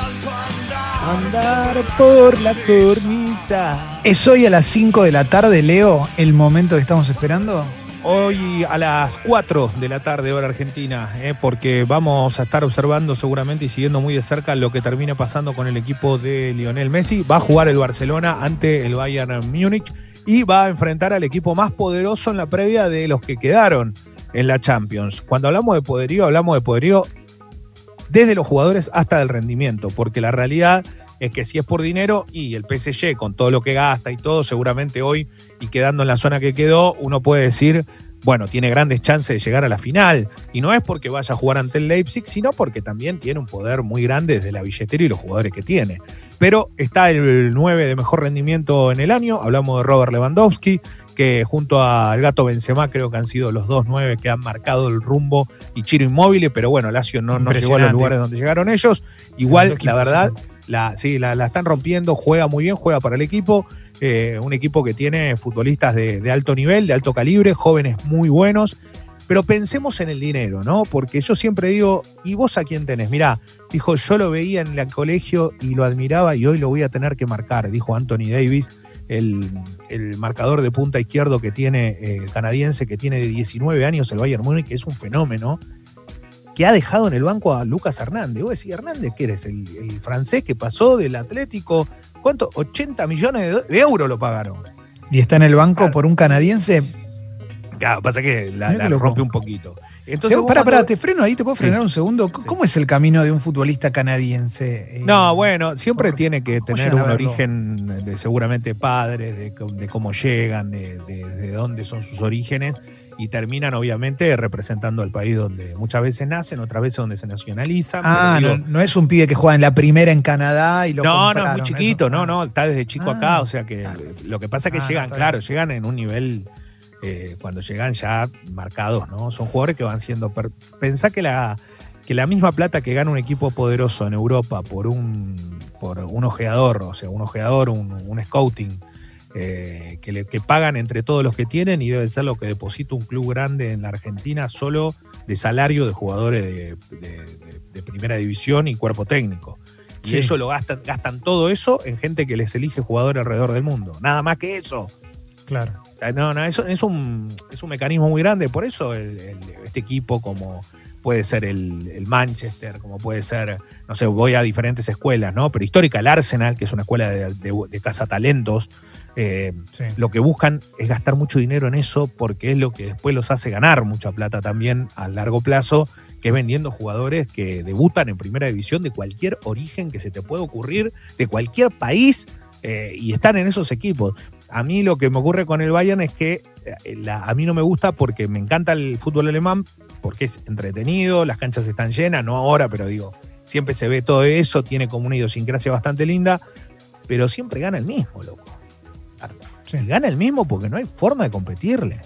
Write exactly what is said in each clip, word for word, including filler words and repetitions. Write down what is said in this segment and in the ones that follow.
Andar por la cornisa. ¿Es hoy a las cinco de la tarde, Leo, el momento que estamos esperando? Hoy a las cuatro de la tarde, hora argentina, eh, porque vamos a estar observando seguramente y siguiendo muy de cerca lo que termine pasando con el equipo de Lionel Messi. Va a jugar el Barcelona ante el Bayern Múnich y va a enfrentar al equipo más poderoso en la previa de los que quedaron en la Champions. Cuando hablamos de poderío, hablamos de poderío desde los jugadores hasta del rendimiento, porque la realidad es que si es por dinero y el P S G con todo lo que gasta y todo, seguramente hoy y quedando en la zona que quedó, uno puede decir, bueno, tiene grandes chances de llegar a la final. Y no es porque vaya a jugar ante el Leipzig, sino porque también tiene un poder muy grande desde la billetera y los jugadores que tiene. Pero está el nueve de mejor rendimiento en el año, hablamos de Robert Lewandowski, que junto al Gato Benzema creo que han sido los dos nueve que han marcado el rumbo, y Ciro Immobile, pero bueno, Lazio no, no llegó a los lugares donde llegaron ellos. Igual, la verdad, la, sí, la, la están rompiendo, juega muy bien, juega para el equipo, eh, un equipo que tiene futbolistas de, de alto nivel, de alto calibre, jóvenes muy buenos, pero pensemos en el dinero, ¿no? Porque yo siempre digo, ¿y vos a quién tenés? Mirá, dijo, yo lo veía en el colegio y lo admiraba y hoy lo voy a tener que marcar, dijo Anthony Davis. El, el marcador de punta izquierdo que tiene eh, el canadiense, que tiene de diecinueve años el Bayern Múnich, que es un fenómeno, que ha dejado en el banco a Lucas Hernández. Vos decís, Hernández, ¿qué eres? El, el francés que pasó del Atlético, ¿cuánto? ochenta millones de, de euros lo pagaron. ¿Y está en el banco claro. por un canadiense? Claro, pasa que la, la rompe un poquito. Entonces, pará, pará, te freno ahí, te puedo frenar sí. un segundo. ¿Cómo sí. es el camino de un futbolista canadiense? No, bueno, siempre tiene que tener un origen de seguramente padres, de, de cómo llegan, de, de, de dónde son sus orígenes, y terminan obviamente representando al país donde muchas veces nacen, otras veces donde se nacionalizan. Ah, digo, no, no es un pibe que juega en la primera en Canadá y lo No, compraron, no, es muy chiquito, eso. no, no, está desde chico ah, acá, o sea que claro. lo que pasa es que ah, llegan, no, claro, bien. llegan en un nivel... Eh, cuando llegan ya marcados, ¿no? Son jugadores que van siendo... Per- Pensá que la, que la misma plata que gana un equipo poderoso en Europa por un, por un ojeador, o sea, un ojeador, un, un scouting, eh, que, le, que pagan entre todos los que tienen, y debe ser lo que deposita un club grande en la Argentina solo de salario de jugadores de, de, de, de primera división y cuerpo técnico. Y sí. ellos lo gastan, gastan todo eso en gente que les elige jugadores alrededor del mundo. Nada más que eso. Claro. No, no, eso es un, es un mecanismo muy grande, por eso el, el, este equipo, como puede ser el, el Manchester, como puede ser, no sé, voy a diferentes escuelas, ¿no? Pero histórica, el Arsenal, que es una escuela de, de, de cazatalentos, eh, sí. lo que buscan es gastar mucho dinero en eso porque es lo que después los hace ganar mucha plata también a largo plazo, que es vendiendo jugadores que debutan en primera división de cualquier origen que se te pueda ocurrir, de cualquier país, eh, y están en esos equipos. A mí lo que me ocurre con el Bayern es que la, a mí no me gusta porque me encanta el fútbol alemán, porque es entretenido, las canchas están llenas, no ahora, pero digo, siempre se ve todo eso, tiene como una idiosincrasia bastante linda, pero siempre gana el mismo, loco. Sí. Y gana el mismo porque no hay forma de competirle.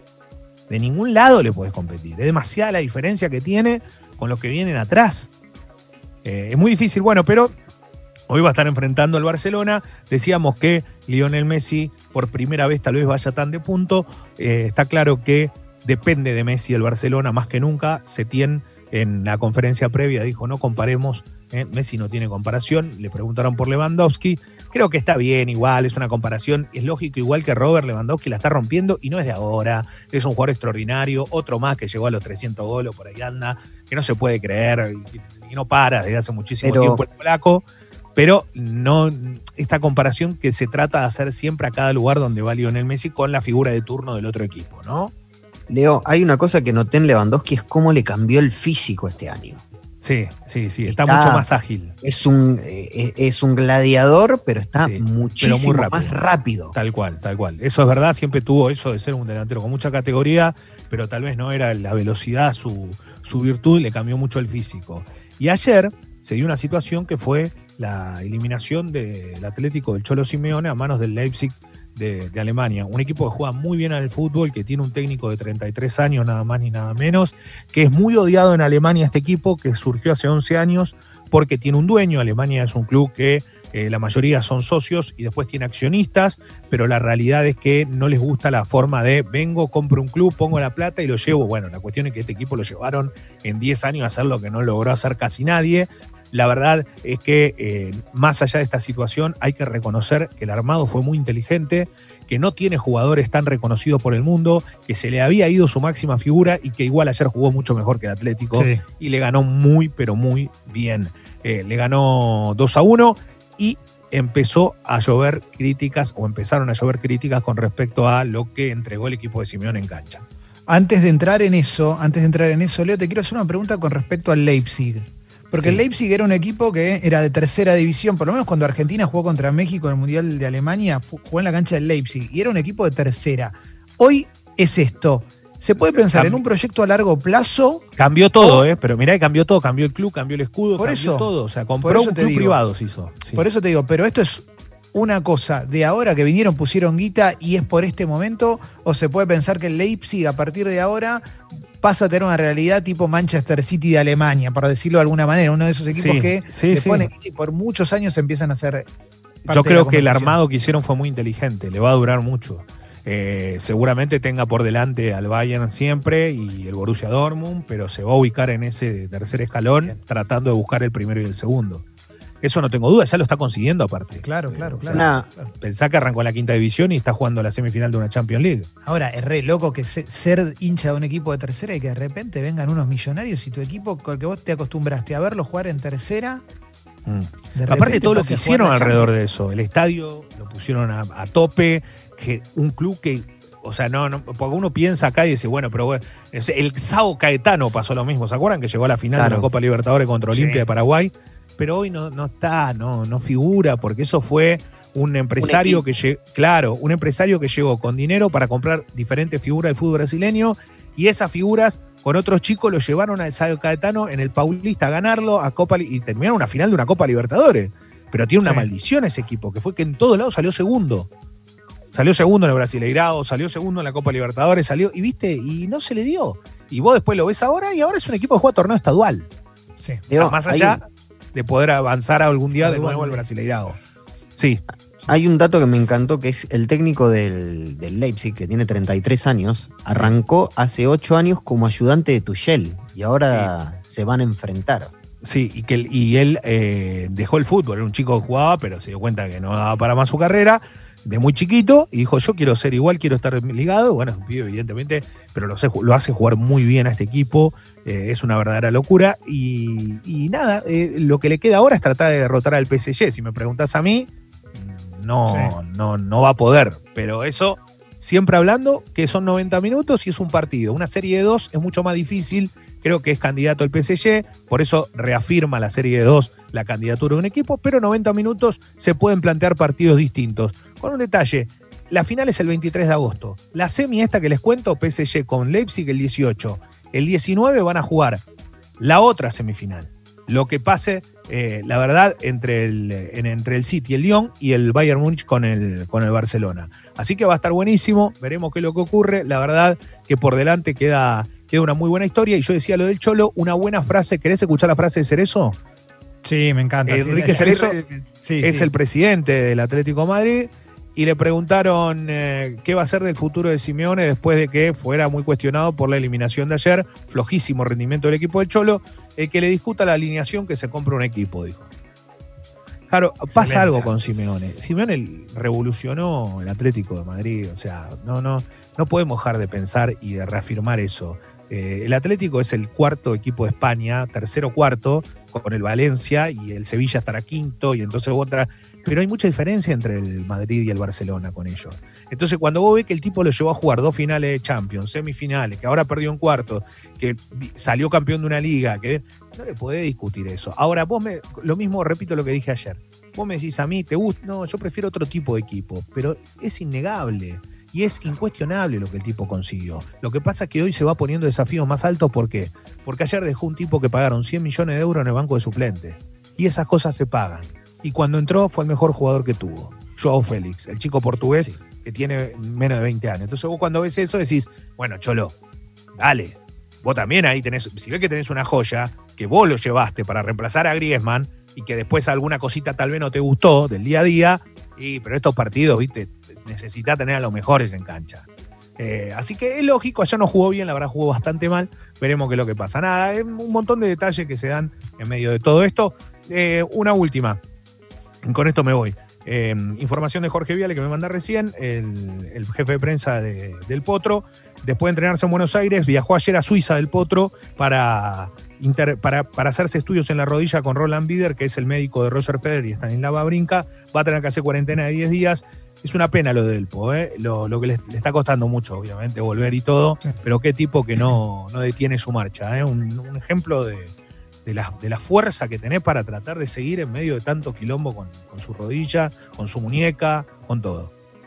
De ningún lado le podés competir. Es demasiada la diferencia que tiene con los que vienen atrás. Eh, es muy difícil, bueno, pero... Hoy va a estar enfrentando al Barcelona. Decíamos que Lionel Messi por primera vez tal vez vaya tan de punto. Eh, está claro que depende de Messi el Barcelona más que nunca. Setién en la conferencia previa dijo no comparemos. Eh, Messi no tiene comparación. Le preguntaron por Lewandowski. Creo que está bien igual, es una comparación. Es lógico igual que Robert Lewandowski la está rompiendo y no es de ahora. Es un jugador extraordinario. Otro más que llegó a los trescientos goles, por ahí anda. Que no se puede creer y, y no para desde hace muchísimo Pero... tiempo el polaco. Pero no esta comparación que se trata de hacer siempre a cada lugar donde va Lionel Messi con la figura de turno del otro equipo, ¿no? Leo, hay una cosa que noté en Lewandowski, es cómo le cambió el físico este año. Sí, sí, sí, está, está mucho más ágil. Es un, es, es un gladiador, pero está sí, muchísimo pero muy rápido. más rápido. Tal cual, tal cual. Eso es verdad, siempre tuvo eso de ser un delantero con mucha categoría, pero tal vez no era la velocidad su, su virtud, le cambió mucho el físico. Y ayer se dio una situación que fue la eliminación del Atlético del Cholo Simeone a manos del Leipzig de, de Alemania. Un equipo que juega muy bien al fútbol, que tiene un técnico de treinta y tres años, nada más ni nada menos, que es muy odiado en Alemania este equipo, que surgió hace once años porque tiene un dueño. Alemania es un club que eh, la mayoría son socios y después tiene accionistas, pero la realidad es que no les gusta la forma de vengo, compro un club, pongo la plata y lo llevo. Bueno, la cuestión es que este equipo lo llevaron en diez años a hacer lo que no logró hacer casi nadie. la verdad es que eh, más allá de esta situación hay que reconocer que el armado fue muy inteligente, que no tiene jugadores tan reconocidos por el mundo, que se le había ido su máxima figura y que igual ayer jugó mucho mejor que el Atlético sí. y le ganó muy, pero muy bien. Eh, le ganó dos a uno y empezó a llover críticas o empezaron a llover críticas con respecto a lo que entregó el equipo de Simeone en cancha. Antes de entrar en eso, antes de entrar en eso, Leo, te quiero hacer una pregunta con respecto al Leipzig. Porque sí. el Leipzig era un equipo que era de tercera división, por lo menos cuando Argentina jugó contra México en el Mundial de Alemania, jugó en la cancha del Leipzig y era un equipo de tercera. Hoy es esto. ¿Se puede pensar Cambi- en un proyecto a largo plazo? Cambió todo, o, ¿eh? Pero mirá que cambió todo. Cambió el club, cambió el escudo, por cambió eso, todo. O sea, compró un club digo, privado, se hizo. Sí. Por eso te digo, pero esto es una cosa de ahora que vinieron, pusieron guita y es por este momento, o se puede pensar que el Leipzig a partir de ahora pasa a tener una realidad tipo Manchester City de Alemania, por decirlo de alguna manera, uno de esos equipos sí, que sí, le sí. ponen y por muchos años empiezan a ser parte Yo creo de que el armado que hicieron fue muy inteligente, le va a durar mucho. Eh, seguramente tenga por delante al Bayern siempre y el Borussia Dortmund, pero se va a ubicar en ese tercer escalón Bien. tratando de buscar el primero y el segundo. Eso no tengo duda, ya lo está consiguiendo aparte. Claro, claro, eh, claro, sea, claro. Pensá que arrancó en la quinta división y está jugando la semifinal de una Champions League. Ahora, es re loco que se, ser hincha de un equipo de tercera y que de repente vengan unos millonarios y tu equipo con el que vos te acostumbraste a verlo jugar en tercera. Mm. Aparte todo lo que hicieron alrededor de eso, el estadio lo pusieron a, a tope, que un club que, o sea, no, no, porque uno piensa acá y dice, bueno, pero bueno, el Sao Caetano pasó lo mismo, ¿se acuerdan? Que llegó a la final claro. de la Copa Libertadores contra Olimpia sí. de Paraguay. Pero hoy no, no está, no, no figura, porque eso fue un empresario un que llegó, claro, un empresario que llegó con dinero para comprar diferentes figuras del fútbol brasileño, y esas figuras con otros chicos lo llevaron a Sao Caetano en el Paulista a ganarlo, a Copa y terminaron una final de una Copa Libertadores. Pero tiene una sí. maldición ese equipo, que fue que en todos lados salió segundo. Salió segundo en el Brasileirao, salió segundo en la Copa Libertadores, salió, y viste, y no se le dio. Y vos después lo ves ahora, y ahora es un equipo que juega torneo estadual. Sí. O sea, más allá hay... de poder avanzar algún día de nuevo al Brasileirao. Sí. Hay un dato que me encantó, que es el técnico del, del Leipzig, que tiene treinta y tres años, arrancó sí. hace ocho años como ayudante de Tuchel, y ahora sí. se van a enfrentar. Sí, y que y él eh, dejó el fútbol, era un chico que jugaba, pero se dio cuenta que no daba para más su carrera, de muy chiquito, y dijo, yo quiero ser igual, quiero estar ligado. Bueno, es un pibe, evidentemente, pero lo, sé, lo hace jugar muy bien a este equipo, eh, es una verdadera locura, y, y nada, eh, lo que le queda ahora es tratar de derrotar al P S G. Si me preguntás a mí, no, sí. no, no va a poder, pero eso, siempre hablando que son noventa minutos y es un partido. Una serie de dos es mucho más difícil, creo que es candidato el P S G, por eso reafirma la serie de dos la candidatura de un equipo, pero noventa minutos se pueden plantear partidos distintos. Con un detalle, la final es el veintitrés de agosto. La semi esta que les cuento, P S G con Leipzig el dieciocho. El diecinueve van a jugar la otra semifinal. Lo que pase, eh, la verdad, entre el, en, entre el City, el Lyon y el Bayern Múnich con el, con el Barcelona. Así que va a estar buenísimo, veremos qué es lo que ocurre. La verdad que por delante queda, queda una muy buena historia. Y yo decía lo del Cholo, una buena frase. ¿Querés escuchar la frase de Cerezo? Sí, me encanta. Enrique sí, Cerezo sí, es sí. el presidente del Atlético de Madrid y le preguntaron eh, qué va a ser del futuro de Simeone después de que fuera muy cuestionado por la eliminación de ayer. Flojísimo rendimiento del equipo del Cholo. El que le discuta la alineación que se compra un equipo, dijo. Claro, pasa Excelente. algo con Simeone. Simeone revolucionó el Atlético de Madrid. O sea, no, no, no podemos dejar de pensar y de reafirmar eso. Eh, el Atlético es el cuarto equipo de España, tercero cuarto, con el Valencia, y el Sevilla estará quinto, y entonces otra. Pero hay mucha diferencia entre el Madrid y el Barcelona con ellos. Entonces, cuando vos ves que el tipo lo llevó a jugar dos finales de Champions, semifinales, que ahora perdió en cuarto, que salió campeón de una liga, que no le podés discutir eso. Ahora, vos me. Lo mismo, repito lo que dije ayer. Vos me decís a mí, ¿te gusta? No, yo prefiero otro tipo de equipo, pero es innegable. Y es incuestionable lo que el tipo consiguió. Lo que pasa es que hoy se va poniendo desafíos más altos. ¿Por qué? Porque ayer dejó un tipo que pagaron cien millones de euros en el banco de suplentes. Y esas cosas se pagan. Y cuando entró fue el mejor jugador que tuvo. Joao Félix, el chico portugués sí. que tiene menos de veinte años. Entonces vos cuando ves eso decís, bueno, Cholo, dale. Vos también ahí tenés, si ves que tenés una joya, que vos lo llevaste para reemplazar a Griezmann y que después alguna cosita tal vez no te gustó del día a día, y, pero estos partidos, viste, necesita tener a los mejores en cancha. Eh, así que es lógico, allá no jugó bien, la verdad jugó bastante mal, veremos qué es lo que pasa. Nada, es un montón de detalles que se dan en medio de todo esto. Eh, una última. Con esto me voy. Eh, información de Jorge Viale que me manda recién, el, el jefe de prensa de, del Potro. Después de entrenarse en Buenos Aires, viajó ayer a Suiza del Potro para, inter, para, para hacerse estudios en la rodilla con Roland Bieder, que es el médico de Roger Federer y Stanislav Wawrinka. Va a tener que hacer cuarentena de diez días. Es una pena lo de Delpo, ¿eh? lo, lo que le, le está costando mucho, obviamente, volver y todo, sí. Pero qué tipo que no, no detiene su marcha. ¿eh? Un, un ejemplo de, de, la, de la fuerza que tenés para tratar de seguir en medio de tanto quilombo con, con su rodilla, con su muñeca, con todo.